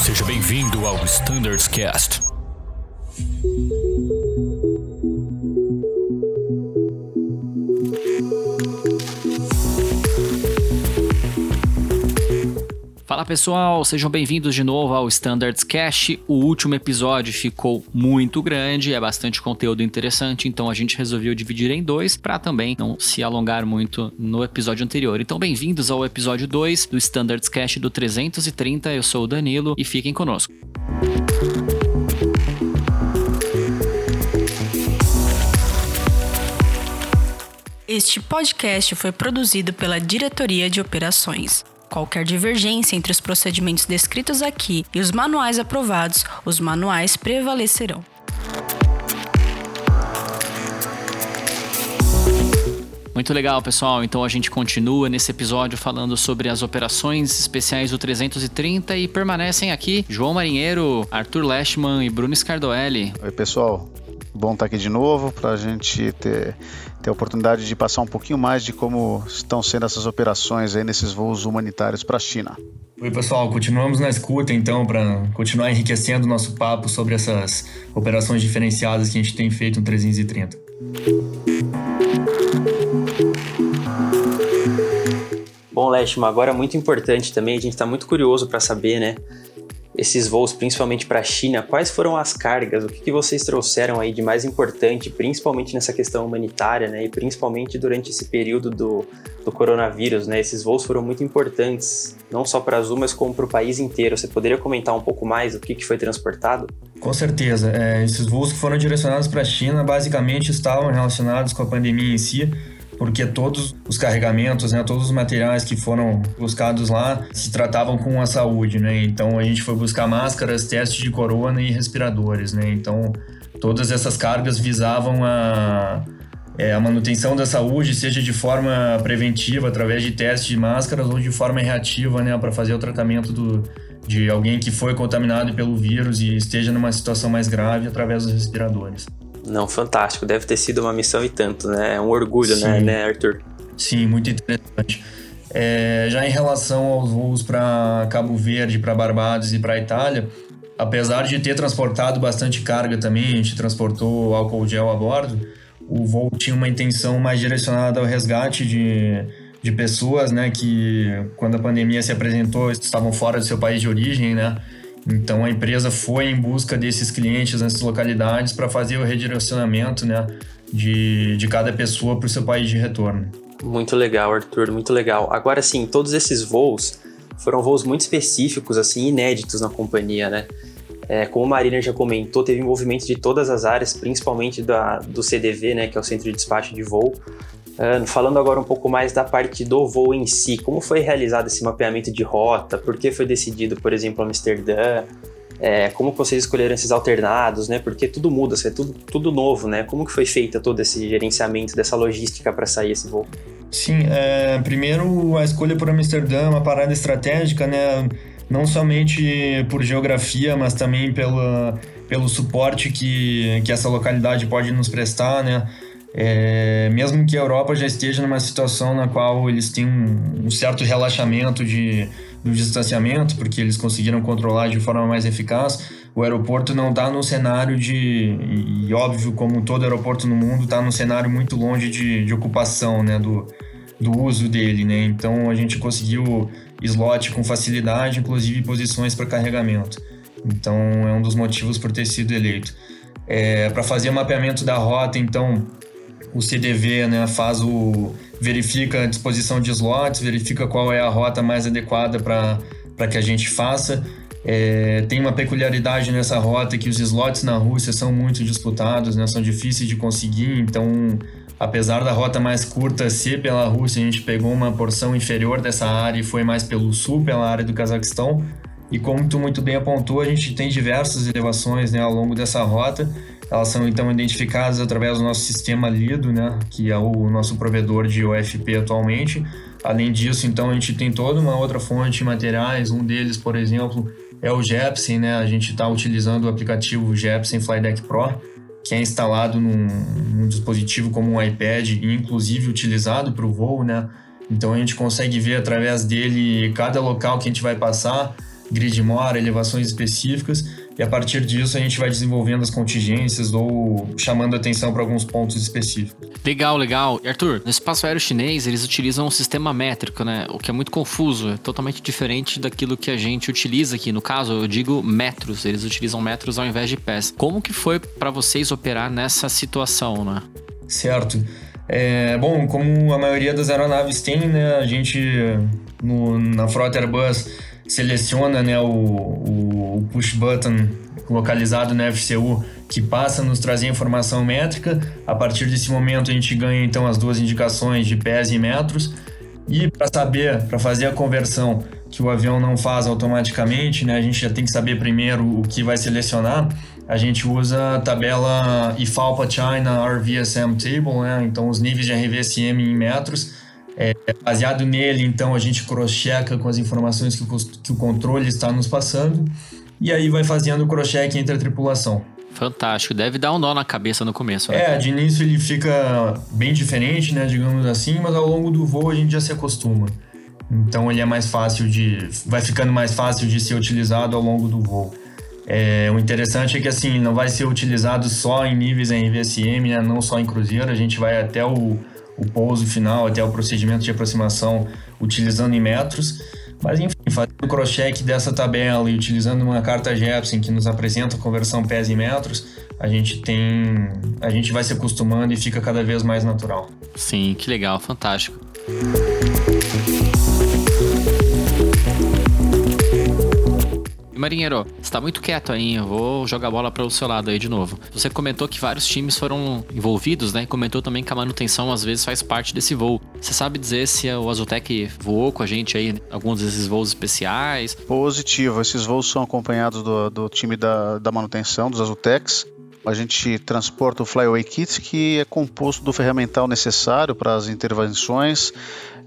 Seja bem-vindo ao Standards Cast. Fala pessoal, sejam bem-vindos de novo ao Standards Cast. O último episódio ficou muito grande, é bastante conteúdo interessante, então a gente resolveu dividir em dois para também não se alongar muito no episódio anterior. Então bem-vindos ao episódio 2 do Standards Cast do 330, eu sou o Danilo e fiquem conosco. Este podcast foi produzido pela Diretoria de Operações. Qualquer divergência entre os procedimentos descritos aqui e os manuais aprovados, os manuais prevalecerão. Muito legal, pessoal. Então a gente continua nesse episódio falando sobre as operações especiais do 330 e permanecem aqui João Marinheiro, Arthur Leschmann e Bruno Scardoelli. Oi, pessoal. Bom estar aqui de novo para a gente ter a oportunidade de passar um pouquinho mais de como estão sendo essas operações aí nesses voos humanitários para a China. Oi, pessoal. Continuamos na escuta, então, para continuar enriquecendo o nosso papo sobre essas operações diferenciadas que a gente tem feito no 330. Bom, Leschmann, agora é muito importante também, a gente está muito curioso para saber, né? Esses voos, principalmente para a China, quais foram as cargas? O que vocês trouxeram aí de mais importante, principalmente nessa questão humanitária, né? E principalmente durante esse período do coronavírus, né? Esses voos foram muito importantes, não só para a Azul, mas como para o país inteiro. Você poderia comentar um pouco mais o que foi transportado? Com certeza. Esses voos que foram direcionados para a China, basicamente estavam relacionados com a pandemia em si, porque todos os carregamentos, né, todos os materiais que foram buscados lá se tratavam com a saúde, né? Então a gente foi buscar máscaras, testes de corona e respiradores, né? Então todas essas cargas visavam a manutenção da saúde, seja de forma preventiva, através de testes de máscaras, ou de forma reativa, né, para fazer o tratamento de alguém que foi contaminado pelo vírus e esteja numa situação mais grave através dos respiradores. Não, fantástico. Deve ter sido uma missão e tanto, né? É um orgulho, né, Arthur? Sim, muito interessante. Já em relação aos voos para Cabo Verde, para Barbados e para Itália, apesar de ter transportado bastante carga também, a gente transportou álcool gel a bordo, o voo tinha uma intenção mais direcionada ao resgate de pessoas, né, que quando a pandemia se apresentou estavam fora do seu país de origem, né? Então a empresa foi em busca desses clientes nessas localidades para fazer o redirecionamento, né, de cada pessoa para o seu país de retorno. Muito legal, Arthur, muito legal. Agora sim, todos esses voos foram voos muito específicos, assim, inéditos na companhia, né? Como a Marina já comentou, teve envolvimento de todas as áreas, principalmente do CDV, né, que é o Centro de Despacho de Voo. Falando agora um pouco mais da parte do voo em si, como foi realizado esse mapeamento de rota, por que foi decidido, por exemplo, Amsterdã, como vocês escolheram esses alternados, né? Porque tudo muda, é tudo novo, né? Como que foi feito todo esse gerenciamento dessa logística para sair esse voo? Sim, primeiro a escolha por Amsterdã é uma parada estratégica, né? Não somente por geografia, mas também pelo suporte que essa localidade pode nos prestar, né? Mesmo que a Europa já esteja numa situação na qual eles têm um certo relaxamento do distanciamento, porque eles conseguiram controlar de forma mais eficaz, o aeroporto não está num cenário e óbvio, como todo aeroporto no mundo, está num cenário muito longe de ocupação, né, do uso dele, né? Então a gente conseguiu slot com facilidade, inclusive posições para carregamento. Então é um dos motivos por ter sido eleito. Para fazer o mapeamento da rota, então o CDV, né, verifica a disposição de slots, verifica qual é a rota mais adequada para que a gente faça. Tem uma peculiaridade nessa rota que os slots na Rússia são muito disputados, né, são difíceis de conseguir, então apesar da rota mais curta ser pela Rússia, a gente pegou uma porção inferior dessa área e foi mais pelo sul, pela área do Cazaquistão. E como tu muito bem apontou, a gente tem diversas elevações, né, ao longo dessa rota. Elas são então identificadas através do nosso sistema Lido, né, que é o nosso provedor de OFP atualmente. Além disso, então, a gente tem toda uma outra fonte de materiais. Um deles, por exemplo, é o Jepsen, né? A gente está utilizando o aplicativo Jepsen Flydeck Pro, que é instalado num dispositivo como um iPad e inclusive utilizado para o voo, né? Então a gente consegue ver através dele cada local que a gente vai passar, grid mora, elevações específicas, e a partir disso a gente vai desenvolvendo as contingências ou chamando atenção para alguns pontos específicos. Legal. E Arthur, no espaço aéreo chinês eles utilizam um sistema métrico, né? O que é muito confuso, é totalmente diferente daquilo que a gente utiliza aqui. No caso, eu digo metros, eles utilizam metros ao invés de pés. Como que foi para vocês operar nessa situação, né? Certo. Bom, como a maioria das aeronaves tem, né, a gente na frota Airbus seleciona, né, o push button localizado na FCU que passa a nos trazer informação métrica. A partir desse momento a gente ganha então as duas indicações de pés e metros, e para fazer a conversão que o avião não faz automaticamente, né, a gente já tem que saber primeiro o que vai selecionar. A gente usa a tabela IFALPA China RVSM Table, né? Então os níveis de RVSM em metros. Baseado nele, então a gente cross-checa com as informações que o controle está nos passando, e aí vai fazendo o cross-check entre a tripulação. Fantástico, deve dar um nó na cabeça no começo, né? De início ele fica bem diferente, né, digamos assim, mas ao longo do voo a gente já se acostuma. Então ele vai ficando mais fácil de ser utilizado ao longo do voo. O interessante é que assim, não vai ser utilizado só em níveis RVSM, né, não só em cruzeiro, a gente vai até o pouso final, até o procedimento de aproximação utilizando em metros. Mas enfim, fazendo o cross-check dessa tabela e utilizando uma carta Jepsen que nos apresenta a conversão pés e metros, a gente vai se acostumando e fica cada vez mais natural. Sim, que legal, fantástico. Marinheiro, você tá muito quieto aí, eu vou jogar a bola para o seu lado aí de novo. Você comentou que vários times foram envolvidos, né? Comentou também que a manutenção às vezes faz parte desse voo. Você sabe dizer se o Azutec voou com a gente aí, alguns desses voos especiais? Positivo, esses voos são acompanhados do time da manutenção, dos Azutecs. A gente transporta o Flyaway Kit, que é composto do ferramental necessário para as intervenções,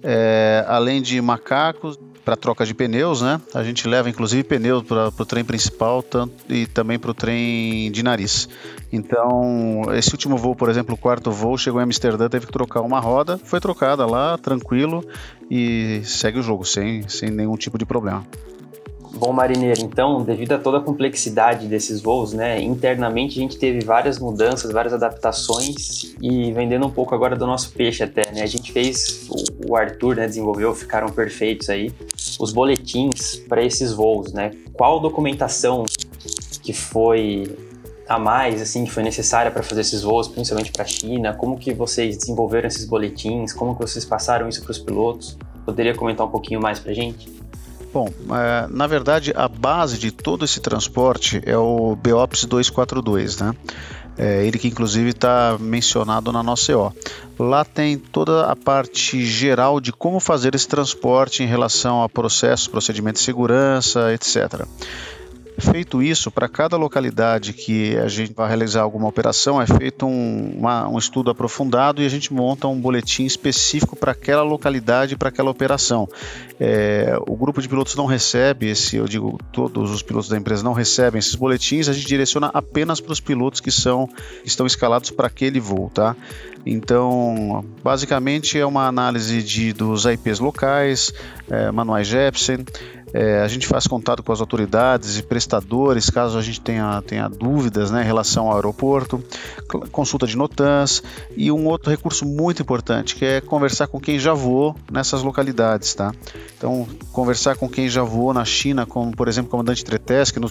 além de macacos, para troca de pneus, né? A gente leva inclusive pneus para o trem principal e também para o trem de nariz. Então, esse último voo, por exemplo, o quarto voo, chegou em Amsterdã, teve que trocar uma roda, foi trocada lá, tranquilo, e segue o jogo, sem nenhum tipo de problema. Bom, Marineiro, então, devido a toda a complexidade desses voos, né, internamente a gente teve várias mudanças, várias adaptações, e vendendo um pouco agora do nosso peixe até, né, a gente fez, o Arthur, né, desenvolveu, ficaram perfeitos aí, os boletins para esses voos, né, qual documentação que foi a mais, assim, que foi necessária para fazer esses voos, principalmente para a China, como que vocês desenvolveram esses boletins, como que vocês passaram isso para os pilotos? Poderia comentar um pouquinho mais para a gente? Bom, na verdade, a base de todo esse transporte é o BOPS 242, né? Ele que inclusive está mencionado na nossa EO. Lá tem toda a parte geral de como fazer esse transporte em relação a processos, procedimentos de segurança, etc. Feito isso, para cada localidade que a gente vai realizar alguma operação, é feito um estudo aprofundado e a gente monta um boletim específico para aquela localidade, para aquela operação. O grupo de pilotos não recebe todos os pilotos da empresa não recebem esses boletins, a gente direciona apenas para os pilotos que estão escalados para aquele voo, tá? Então, basicamente é uma análise dos IPs locais, manuais Jepsen. A gente faz contato com as autoridades e prestadores, caso a gente tenha dúvidas, né, em relação ao aeroporto, consulta de NOTAMs e um outro recurso muito importante, que é conversar com quem já voou nessas localidades, tá? Então, conversar com quem já voou na China, como por exemplo o comandante Tretes, que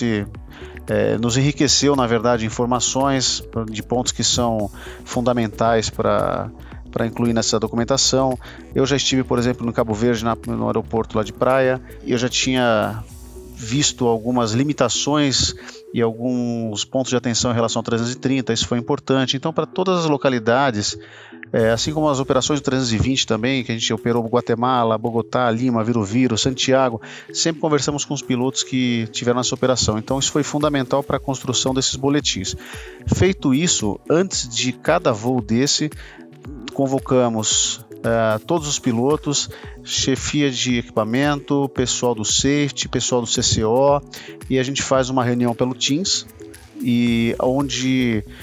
nos enriqueceu, na verdade, informações de pontos que são fundamentais para incluir nessa documentação. Eu já estive, por exemplo, no Cabo Verde, no aeroporto lá de Praia, e eu já tinha visto algumas limitações e alguns pontos de atenção em relação ao 330, isso foi importante. Então, para todas as localidades, assim como as operações do 320 também, que a gente operou Guatemala, Bogotá, Lima, Viroviro, Santiago, sempre conversamos com os pilotos que tiveram essa operação. Então, isso foi fundamental para a construção desses boletins. Feito isso, antes de cada voo desse, convocamos todos os pilotos, chefia de equipamento, pessoal do safety, pessoal do CCO, e a gente faz uma reunião pelo Teams, e onde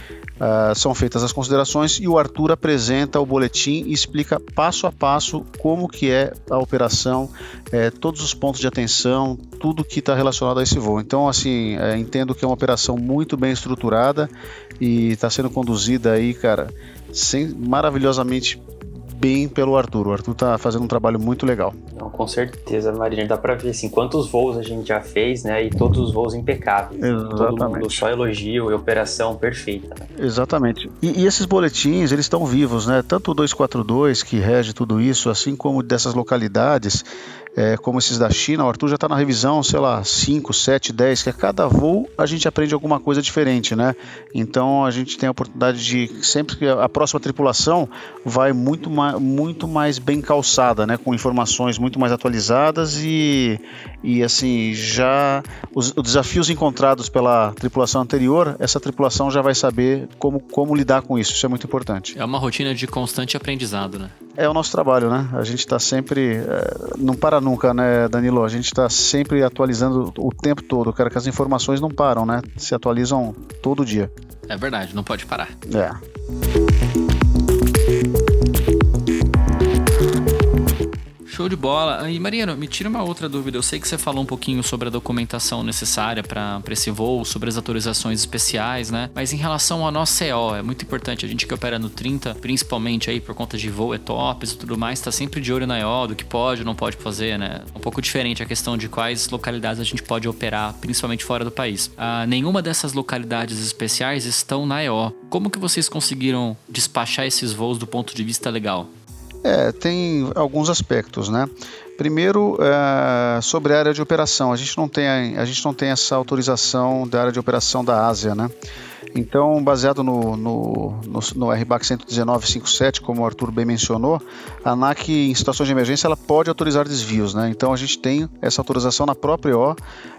são feitas as considerações e o Arthur apresenta o boletim e explica passo a passo como que é a operação, todos os pontos de atenção, tudo que está relacionado a esse voo. Então, assim, entendo que é uma operação muito bem estruturada e está sendo conduzida aí, cara, maravilhosamente bem pelo Arthur. O Arthur está fazendo um trabalho muito legal. Não, com certeza, Marina, dá para ver assim, quantos voos a gente já fez, né? E todos os voos impecáveis. Exatamente. Todo mundo só elogio e operação perfeita, né? Exatamente. E esses boletins, eles estão vivos, né? Tanto o 242, que rege tudo isso, assim como dessas localidades, como esses da China, o Arthur já está na revisão, sei lá, 5, 7, 10, que a cada voo a gente aprende alguma coisa diferente, né? Então a gente tem a oportunidade de, sempre que a próxima tripulação vai muito mais bem calçada, né? Com informações muito mais atualizadas e assim, já os desafios encontrados pela tripulação anterior, essa tripulação já vai saber como lidar com isso. Isso é muito importante. É uma rotina de constante aprendizado, né? É o nosso trabalho, né? A gente está sempre, não para nunca, né, Danilo? A gente está sempre atualizando o tempo todo, cara, que as informações não param, né? Se atualizam todo dia. É verdade, não pode parar. Show de bola. E Mariano, me tira uma outra dúvida. Eu sei que você falou um pouquinho sobre a documentação necessária para esse voo, sobre as autorizações especiais, né? Mas em relação à nossa EO, é muito importante. A gente que opera no 30, principalmente aí por conta de voo, tops e tudo mais, tá sempre de olho na EO, do que pode ou não pode fazer, né? Um pouco diferente a questão de quais localidades a gente pode operar, principalmente fora do país. Nenhuma dessas localidades especiais estão na EO. Como que vocês conseguiram despachar esses voos do ponto de vista legal? Tem alguns aspectos, né? Primeiro, sobre a área de operação, a gente não tem essa autorização da área de operação da Ásia, né? Então, baseado no RBAC 11957, como o Arthur bem mencionou, a ANAC, em situações de emergência, ela pode autorizar desvios, né? Então, a gente tem essa autorização na própria EO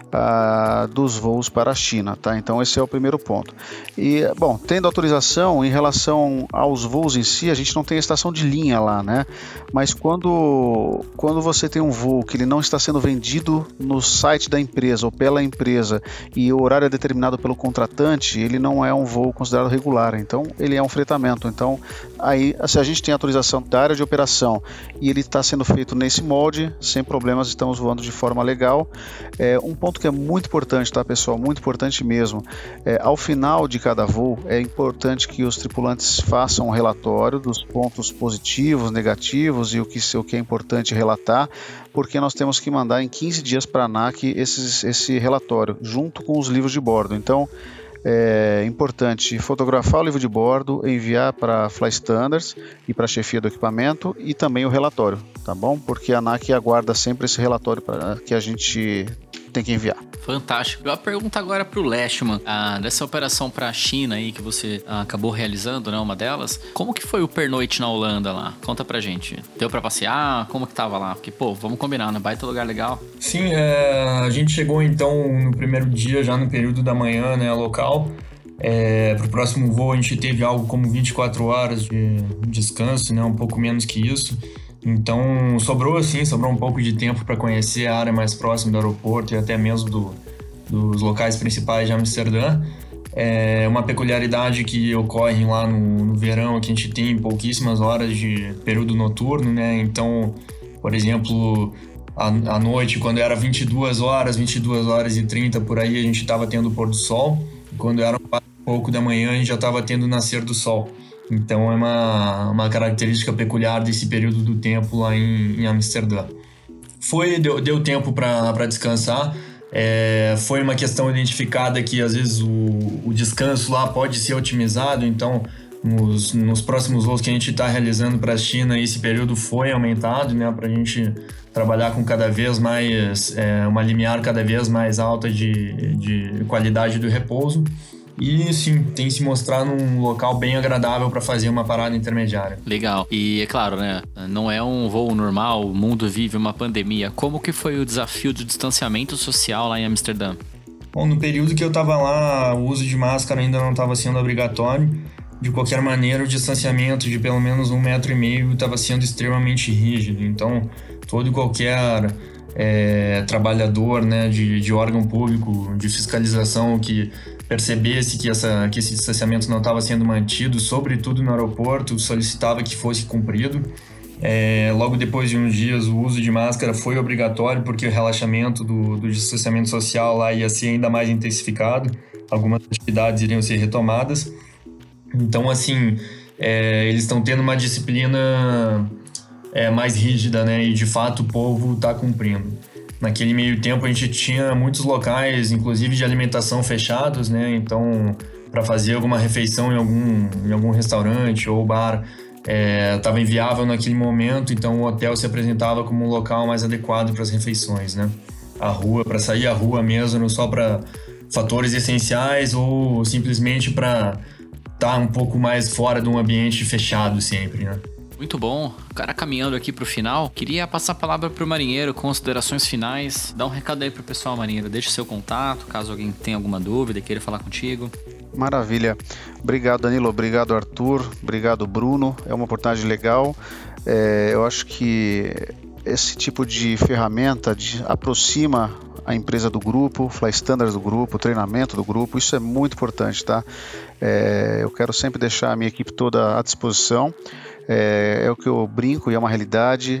dos voos para a China, tá? Então, esse é o primeiro ponto. E, bom, tendo autorização, em relação aos voos em si, a gente não tem a estação de linha lá, né? Mas quando você tem um voo que ele não está sendo vendido no site da empresa ou pela empresa e o horário é determinado pelo contratante, ele não é um voo considerado regular, então ele é um fretamento. Então, aí, se a gente tem autorização da área de operação e ele está sendo feito nesse molde, sem problemas, estamos voando de forma legal. Um ponto que é muito importante, tá, pessoal? Muito importante mesmo. Ao final de cada voo, é importante que os tripulantes façam um relatório dos pontos positivos, negativos e o que é importante relatar, porque nós temos que mandar em 15 dias para a ANAC esse relatório, junto com os livros de bordo. Então, é importante fotografar o livro de bordo, enviar para a Fly Standards e para a chefia do equipamento e também o relatório, tá bom? Porque a ANAC aguarda sempre esse relatório que a gente tem que enviar. Fantástico. Eu pergunto agora para o Leshman, dessa operação para a China aí que você acabou realizando, né, uma delas, como que foi o pernoite na Holanda lá? Conta pra gente. Deu para passear? Como que tava lá? Porque, vamos combinar, né? Baita lugar legal. Sim, a gente chegou então no primeiro dia, já no período da manhã, né, local. Pro próximo voo a gente teve algo como 24 horas de descanso, né, um pouco menos que isso. Então sobrou um pouco de tempo para conhecer a área mais próxima do aeroporto e até mesmo dos locais principais de Amsterdã. Uma peculiaridade que ocorre lá no verão é que a gente tem pouquíssimas horas de período noturno, né? Então, por exemplo, à noite, quando era 22 horas e 30 por aí, a gente estava tendo o pôr do sol. E quando era pouco da manhã, a gente já estava tendo o nascer do sol. Então é uma característica peculiar desse período do tempo lá em Amsterdã. Deu tempo para descansar. Foi uma questão identificada que às vezes o descanso lá pode ser otimizado, então nos próximos voos que a gente está realizando para a China, esse período foi aumentado, né, para a gente trabalhar com cada vez mais, uma limiar cada vez mais alta de qualidade do repouso. E sim, tem se mostrado um local bem agradável para fazer uma parada intermediária. Legal. E é claro, né? Não é um voo normal, o mundo vive uma pandemia. Como que foi o desafio do distanciamento social lá em Amsterdã? Bom, no período que eu estava lá, o uso de máscara ainda não estava sendo obrigatório. De qualquer maneira, o distanciamento de pelo menos 1,5 metro estava sendo extremamente rígido. Então, todo e qualquer trabalhador, né, de órgão público, de fiscalização que percebesse que esse distanciamento não estava sendo mantido, sobretudo no aeroporto, solicitava que fosse cumprido. Logo depois de uns dias, o uso de máscara foi obrigatório, porque o relaxamento do distanciamento social lá ia ser ainda mais intensificado, algumas atividades iriam ser retomadas. Então, assim, eles estão tendo uma disciplina mais rígida, né? E, de fato, o povo está cumprindo. Naquele meio tempo, a gente tinha muitos locais, inclusive de alimentação, fechados, né? Então, para fazer alguma refeição em algum restaurante ou bar, estava inviável naquele momento, então o hotel se apresentava como um local mais adequado para as refeições, né? A rua, para sair à rua mesmo, só para fatores essenciais ou simplesmente para estar um pouco mais fora de um ambiente fechado sempre, né? Muito bom. O cara caminhando aqui pro final, queria passar a palavra pro Marinheiro, considerações finais. Dá um recado aí pro pessoal, Marinheiro. Deixa o seu contato, caso alguém tenha alguma dúvida e queira falar contigo. Maravilha. Obrigado, Danilo. Obrigado, Arthur. Obrigado, Bruno. É uma oportunidade legal. Eu acho que esse tipo de ferramenta aproxima a empresa do grupo, Fly Standards do grupo, o treinamento do grupo. Isso é muito importante, tá? Eu quero sempre deixar a minha equipe toda à disposição. É o que eu brinco e é uma realidade,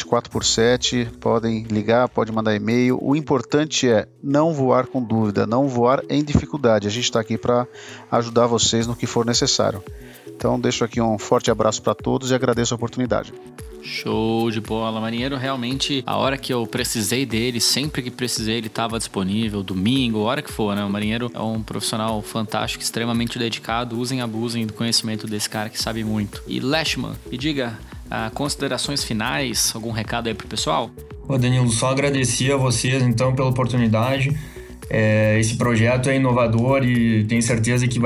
24/7, podem ligar, podem mandar e-mail. O importante é não voar com dúvida, não voar em dificuldade. A gente está aqui para ajudar vocês no que for necessário. Então deixo aqui um forte abraço para todos e agradeço a oportunidade. Show de bola, Marinheiro. Realmente, a hora que eu precisei dele, sempre que precisei, ele estava disponível, domingo, a hora que for, né? O Marinheiro é um profissional fantástico, extremamente dedicado. Usem e abusem do conhecimento desse cara que sabe muito. E Lashman, me diga, considerações finais, algum recado aí pro pessoal? Danilo, só agradecer a vocês, então, pela oportunidade. Esse projeto é inovador e tenho certeza que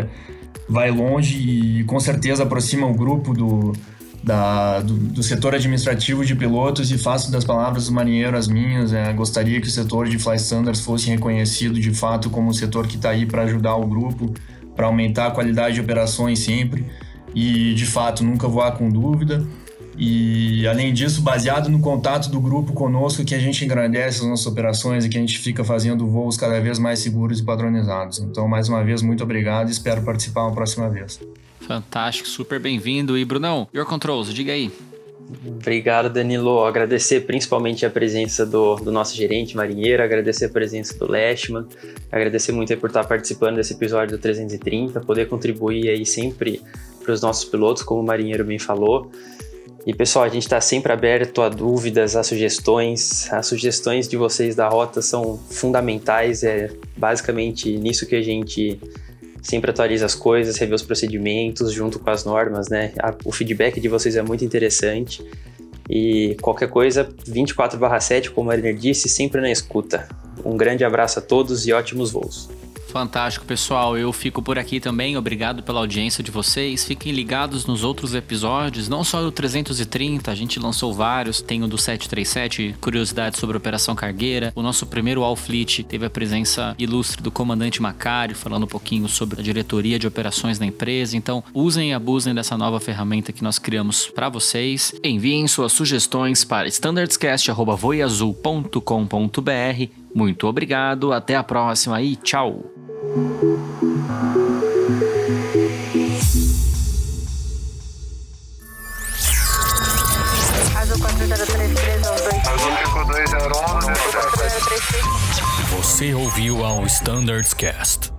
vai longe e com certeza aproxima o grupo do setor administrativo de pilotos, e faço das palavras do Marinheiro as minhas. Gostaria que o setor de Fly Standards fosse reconhecido de fato como um setor que está aí para ajudar o grupo, para aumentar a qualidade de operações sempre e de fato nunca voar com dúvida. E além disso, baseado no contato do grupo conosco, que a gente engrandece as nossas operações e que a gente fica fazendo voos cada vez mais seguros e padronizados. Então, mais uma vez, muito obrigado e espero participar uma próxima vez. Fantástico, super bem-vindo. E Brunão, Your Controls, diga aí. Obrigado, Danilo. Agradecer principalmente a presença do nosso gerente Marinheiro, agradecer a presença do Lashman, agradecer muito aí por estar participando desse episódio do 330, poder contribuir aí sempre para os nossos pilotos, como o Marinheiro bem falou. E pessoal, a gente está sempre aberto a dúvidas, a sugestões. As sugestões de vocês da rota são fundamentais, basicamente nisso que a gente sempre atualiza as coisas, revê os procedimentos junto com as normas, né? O feedback de vocês é muito interessante. E qualquer coisa, 24/7, como o Mariner disse, sempre na escuta. Um grande abraço a todos e ótimos voos. Fantástico, pessoal. Eu fico por aqui também. Obrigado pela audiência de vocês. Fiquem ligados nos outros episódios, não só do 330, a gente lançou vários. Tem o do 737, curiosidades sobre a Operação Cargueira. O nosso primeiro All Fleet teve a presença ilustre do comandante Macário, falando um pouquinho sobre a diretoria de operações da empresa. Então, usem e abusem dessa nova ferramenta que nós criamos para vocês. Enviem suas sugestões para standardscast@voiazul.com.br. Muito obrigado, até a próxima e tchau! Você ouviu ao Standards Cast.